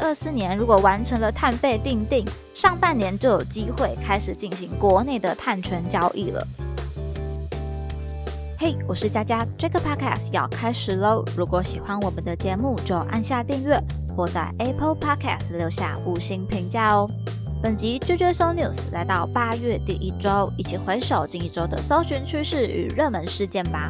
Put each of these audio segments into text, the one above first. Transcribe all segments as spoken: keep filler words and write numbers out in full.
二四年如果完成了碳费订定，上半年就有机会开始进行国内的碳权交易了。嘿、hey, 我是佳佳，这个 podcast 要开始咯。如果喜欢我们的节目，就按下订阅或在 Apple Podcast 留下五星评价哦。本集追追搜 News 来到八月第一周，一起回首近一周的搜寻趋势与热门事件吧。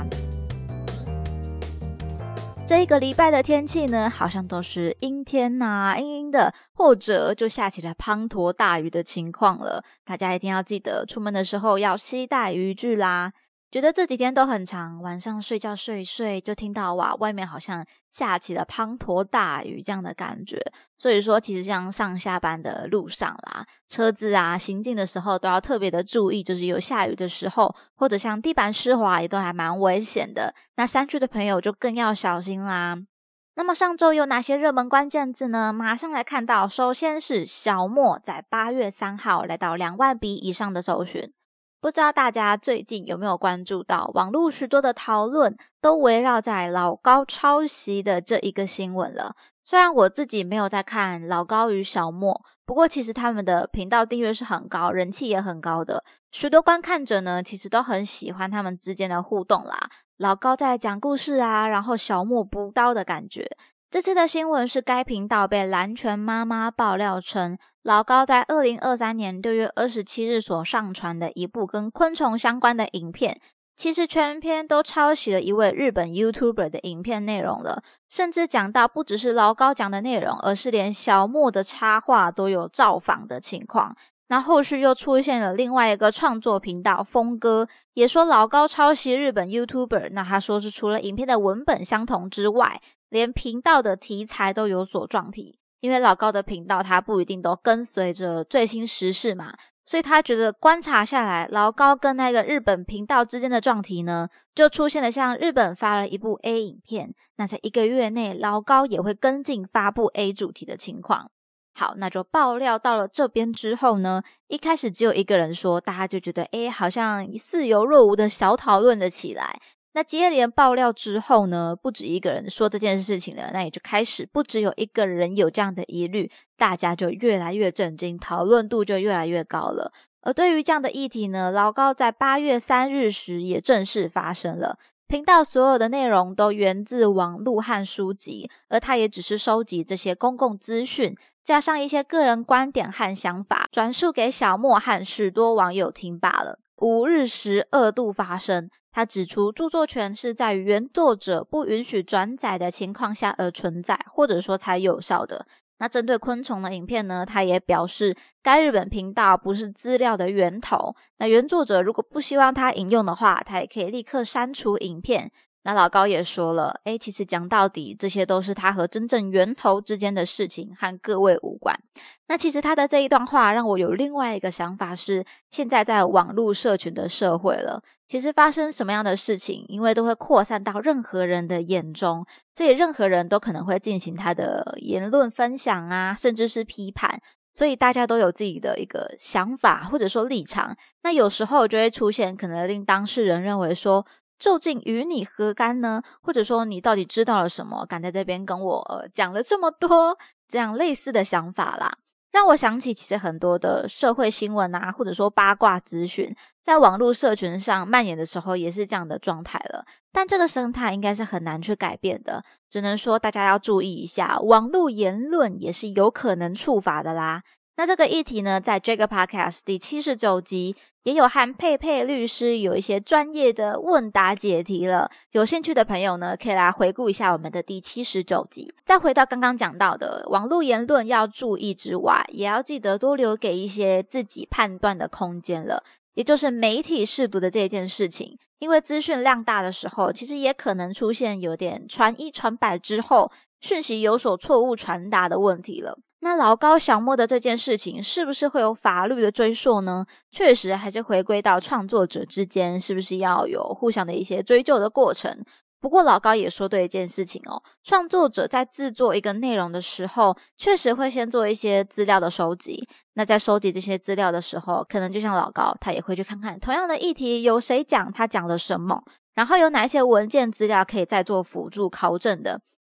这一个礼拜的天气呢，好像都是阴天啊，阴阴的，或者就下起了滂沱大雨的情况了。大家一定要记得出门的时候要携带雨具啦。觉得这几天都很长，晚上睡觉睡一睡就听到哇，外面好像下起了滂沱大雨这样的感觉。所以说其实像上下班的路上啦，车子啊行进的时候都要特别的注意，就是有下雨的时候，或者像地板湿滑也都还蛮危险的。那山区的朋友就更要小心啦。那么上周有哪些热门关键字呢？马上来看到，首先是小莫在八月三号来到两万笔以上的搜寻。不知道大家最近有没有关注到网络许多的讨论都围绕在老高抄袭的这一个新闻了。虽然我自己没有在看老高与小莫，不过其实他们的频道订阅是很高，人气也很高的，许多观看者呢其实都很喜欢他们之间的互动啦。老高在讲故事啊，然后小莫补刀的感觉。这次的新闻是该频道被蓝泉妈妈爆料称，老高在二零二三年六月二十七日所上传的一部跟昆虫相关的影片，其实全篇都抄袭了一位日本 YouTuber 的影片内容了，甚至讲到不只是老高讲的内容，而是连小莫的插画都有造访的情况。那后续又出现了另外一个创作频道峰哥，也说老高抄袭日本 YouTuber， 那他说是除了影片的文本相同之外，连频道的题材都有所撞题。因为老高的频道他不一定都跟随着最新时事嘛，所以他觉得观察下来，老高跟那个日本频道之间的撞题呢，就出现了像日本发了一部 A 影片，那在一个月内老高也会跟进发布 A 主题的情况。好，那就爆料到了这边之后呢，一开始只有一个人说，大家就觉得诶好像似有若无的小讨论了起来。那接连爆料之后呢，不止一个人说这件事情了，那也就开始不只有一个人有这样的疑虑，大家就越来越震惊，讨论度就越来越高了。而对于这样的议题呢，老高在八月三日时也正式发声了。频道所有的内容都源自网络和书籍，而他也只是收集这些公共资讯，加上一些个人观点和想法，转述给小莫和许多网友听罢了。五日时二度发声，他指出著作权是在于原作者不允许转载的情况下而存在，或者说才有效的。那针对昆虫的影片呢，他也表示该日本频道不是资料的源头，那原作者如果不希望他引用的话，他也可以立刻删除影片。那老高也说了，诶其实讲到底这些都是他和真正源头之间的事情，和各位无关。那其实他的这一段话让我有另外一个想法是，现在在网络社群的社会了，其实发生什么样的事情，因为都会扩散到任何人的眼中，所以任何人都可能会进行他的言论分享啊，甚至是批判，所以大家都有自己的一个想法或者说立场。那有时候就会出现可能令当事人认为说，究竟与你何干呢？或者说你到底知道了什么，敢在这边跟我呃讲了这么多这样类似的想法啦，让我想起其实很多的社会新闻啊，或者说八卦资讯在网络社群上蔓延的时候也是这样的状态了。但这个生态应该是很难去改变的，只能说大家要注意一下，网络言论也是有可能触法的啦。那这个议题呢，在这个 podcast 第七十九集也有和佩佩律师有一些专业的问答解题了，有兴趣的朋友呢，可以来回顾一下我们的第七十九集。再回到刚刚讲到的网络言论要注意之外，也要记得多留给一些自己判断的空间了，也就是媒体识读的这件事情。因为资讯量大的时候，其实也可能出现有点传一传百之后讯息有所错误传达的问题了。那老高小莫的这件事情是不是会有法律的追溯呢？确实还是回归到创作者之间是不是要有互相的一些追究的过程。不过老高也说对一件事情哦，创作者在制作一个内容的时候，确实会先做一些资料的收集。那在收集这些资料的时候，可能就像老高，他也会去看看同样的议题有谁讲，他讲了什么，然后有哪一些文件资料可以再做辅助考证的。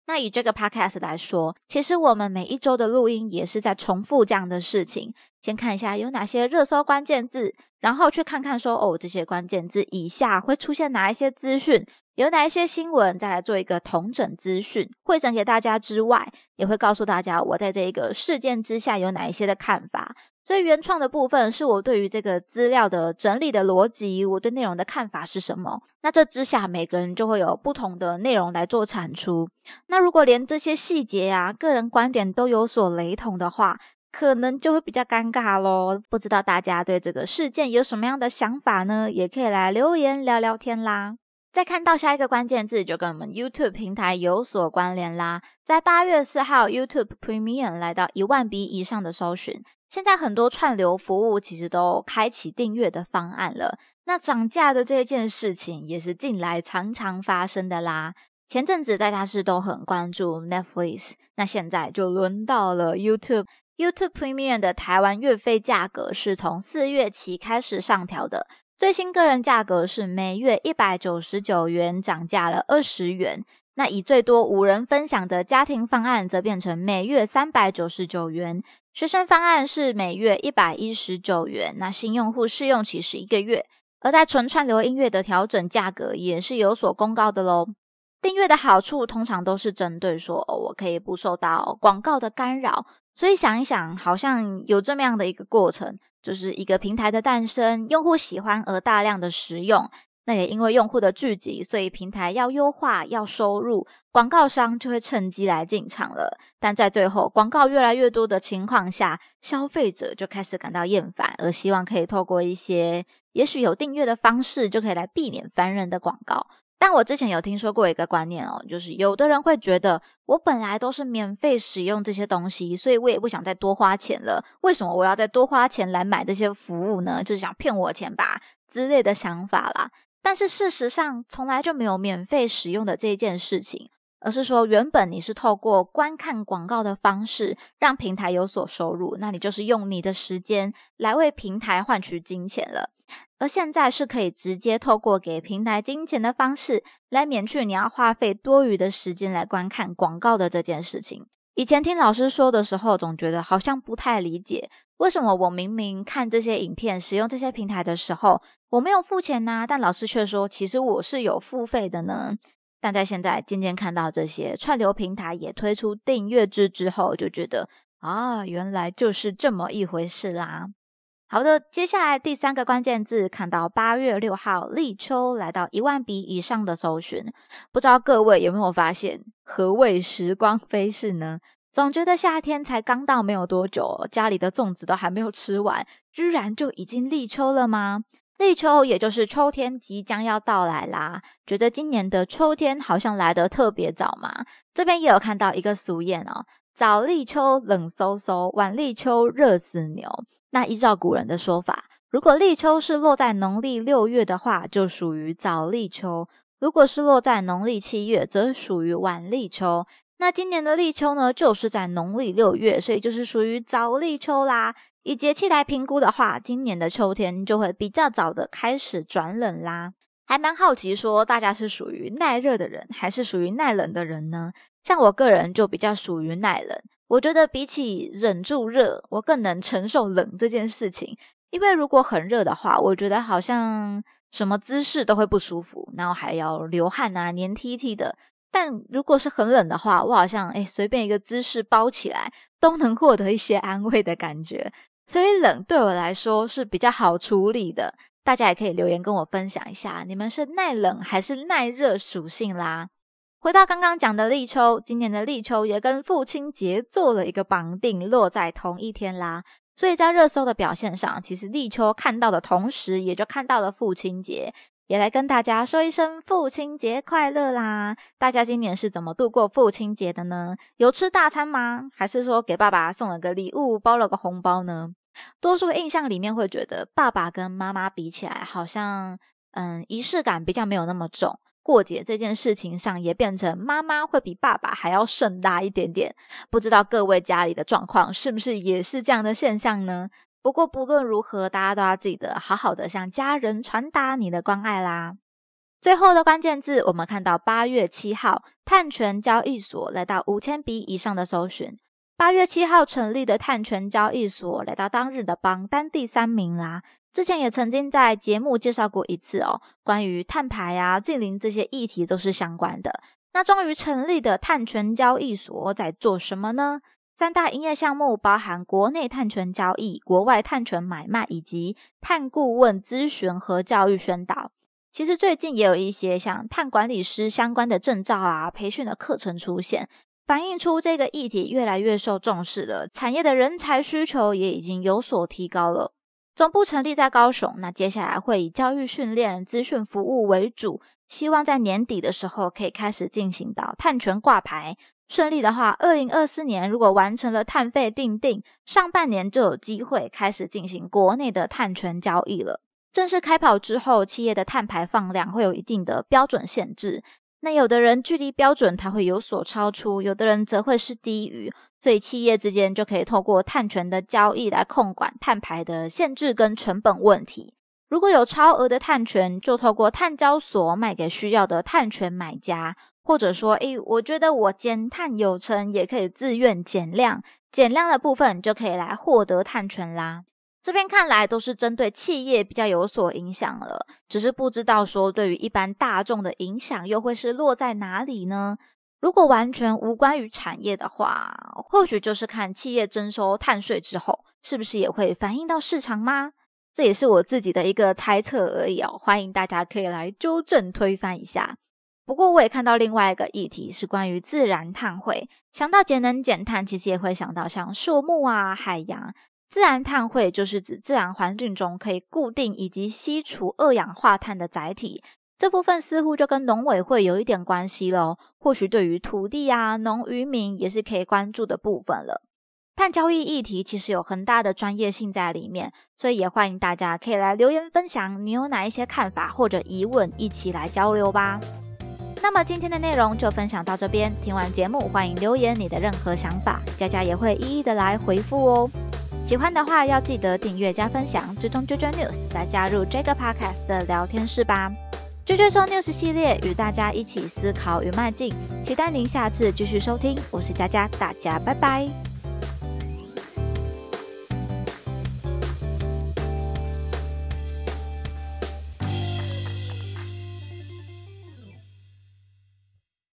那以这个 podcast 来说，其实我们每一周的录音也是在重复这样的事情。先看一下有哪些热搜关键字，然后去看看说哦，这些关键字以下会出现哪一些资讯，有哪一些新闻，再来做一个统整资讯汇整给大家之外，也会告诉大家我在这一个事件之下有哪一些的看法。所以原创的部分是我对于这个资料的整理的逻辑，我对内容的看法是什么。那这之下每个人就会有不同的内容来做产出。那如果连这些细节啊、个人观点都有所雷同的话，可能就会比较尴尬咯。不知道大家对这个事件有什么样的想法呢？也可以来留言聊聊天啦。再看到下一个关键字就跟我们 YouTube 平台有所关联啦。在八月四号 YouTube Premium 来到一万笔以上的搜寻，现在很多串流服务其实都开启订阅的方案了。那涨价的这件事情也是近来常常发生的啦。前阵子大家是都很关注 Netflix， 那现在就轮到了 YouTube。YouTube Premium 的台湾月费价格是从四月起开始上调的，最新个人价格是每月一百九十九元，涨价了二十元。那以最多五人分享的家庭方案则变成每月三百九十九元，学生方案是每月一百一十九元，那新用户试用期是一个月。而在纯串流音乐的调整价格也是有所公告的咯。订阅的好处通常都是针对说、哦、我可以不受到广告的干扰，所以想一想好像有这么样的一个过程，就是一个平台的诞生，用户喜欢而大量的使用，那也因为用户的聚集，所以平台要优化要收入，广告商就会趁机来进场了。但在最后广告越来越多的情况下，消费者就开始感到厌烦，而希望可以透过一些也许有订阅的方式就可以来避免烦人的广告。但我之前有听说过一个观念哦，就是有的人会觉得我本来都是免费使用这些东西，所以我也不想再多花钱了，为什么我要再多花钱来买这些服务呢？就是想骗我钱吧之类的想法啦。但是事实上从来就没有免费使用的这件事情，而是说原本你是透过观看广告的方式让平台有所收入，那你就是用你的时间来为平台换取金钱了。而现在是可以直接透过给平台金钱的方式来免去你要花费多余的时间来观看广告的这件事情。以前听老师说的时候总觉得好像不太理解，为什么我明明看这些影片使用这些平台的时候我没有付钱啊，但老师却说其实我是有付费的呢。但在现在渐渐看到这些串流平台也推出订阅制之后，就觉得啊，原来就是这么一回事啦。好的，接下来第三个关键字看到八月六号立秋来到一万笔以上的搜寻，不知道各位有没有发现何谓时光飞逝呢？总觉得夏天才刚到没有多久，家里的粽子都还没有吃完，居然就已经立秋了吗？立秋也就是秋天即将要到来啦，觉得今年的秋天好像来得特别早嘛。这边也有看到一个俗谚哦，早立秋冷飕飕，晚立秋热死牛。那依照古人的说法，如果立秋是落在农历六月的话，就属于早立秋；如果是落在农历七月，则属于晚立秋。那今年的立秋呢，就是在农历六月，所以就是属于早立秋啦。以节气来评估的话，今年的秋天就会比较早的开始转冷啦。还蛮好奇说大家是属于耐热的人还是属于耐冷的人呢？像我个人就比较属于耐冷，我觉得比起忍住热，我更能承受冷这件事情。因为如果很热的话，我觉得好像什么姿势都会不舒服，然后还要流汗啊，黏 T T 的。但如果是很冷的话，我好像诶随便一个姿势包起来都能获得一些安慰的感觉。所以冷对我来说是比较好处理的。大家也可以留言跟我分享一下，你们是耐冷还是耐热属性啦。回到刚刚讲的立秋，今年的立秋也跟父亲节做了一个绑定，落在同一天啦。所以在热搜的表现上，其实立秋看到的同时，也就看到了父亲节，也来跟大家说一声父亲节快乐啦。大家今年是怎么度过父亲节的呢？有吃大餐吗？还是说给爸爸送了个礼物，包了个红包呢？多数印象里面会觉得爸爸跟妈妈比起来，好像嗯仪式感比较没有那么重，过节这件事情上也变成妈妈会比爸爸还要盛大一点点。不知道各位家里的状况是不是也是这样的现象呢？不过不论如何，大家都要记得好好的向家人传达你的关爱啦。 最后的关键字，我们看到八月七号碳权交易所来到五千笔以上的搜寻。八月七号成立的碳权交易所来到当日的榜单第三名啦。之前也曾经在节目介绍过一次哦，关于碳排啊、净零这些议题都是相关的。那终于成立的碳权交易所在做什么呢？三大营业项目包含国内碳权交易、国外碳权买卖以及碳顾问咨询和教育宣导。其实最近也有一些像碳管理师相关的证照啊、培训的课程出现，反映出这个议题越来越受重视了，产业的人才需求也已经有所提高了。总部成立在高雄，那接下来会以教育训练、资讯服务为主，希望在年底的时候可以开始进行到碳权挂牌。顺利的话，二零二四年如果完成了碳费订定，上半年就有机会开始进行国内的碳权交易了。正式开跑之后，企业的碳排放量会有一定的标准限制，那有的人距离标准它会有所超出，有的人则会是低于，所以企业之间就可以透过碳权的交易来控管碳排的限制跟成本问题。如果有超额的碳权，就透过碳交所卖给需要的碳权买家，或者说诶，我觉得我减碳有成，也可以自愿减量，减量的部分就可以来获得碳权啦。这边看来都是针对企业比较有所影响了，只是不知道说对于一般大众的影响又会是落在哪里呢？如果完全无关于产业的话，或许就是看企业征收碳税之后，是不是也会反映到市场吗？这也是我自己的一个猜测而已哦，欢迎大家可以来纠正推翻一下。不过我也看到另外一个议题是关于自然碳汇，想到节能减碳，其实也会想到像树木啊、海洋。自然碳汇就是指自然环境中可以固定以及吸除二氧化碳的载体，这部分似乎就跟农委会有一点关系咯，或许对于土地啊、农渔民也是可以关注的部分了。碳交易议题其实有很大的专业性在里面，所以也欢迎大家可以来留言分享你有哪一些看法或者疑问，一起来交流吧。那么今天的内容就分享到这边，听完节目欢迎留言你的任何想法，佳佳也会一一的来回复哦。喜欢的话要记得订阅加分享，追踪 J J News 来加入这个 Podcast 的聊天室吧。J J Show News 系列与大家一起思考与迈进，期待您下次继续收听，我是佳佳，大家拜拜。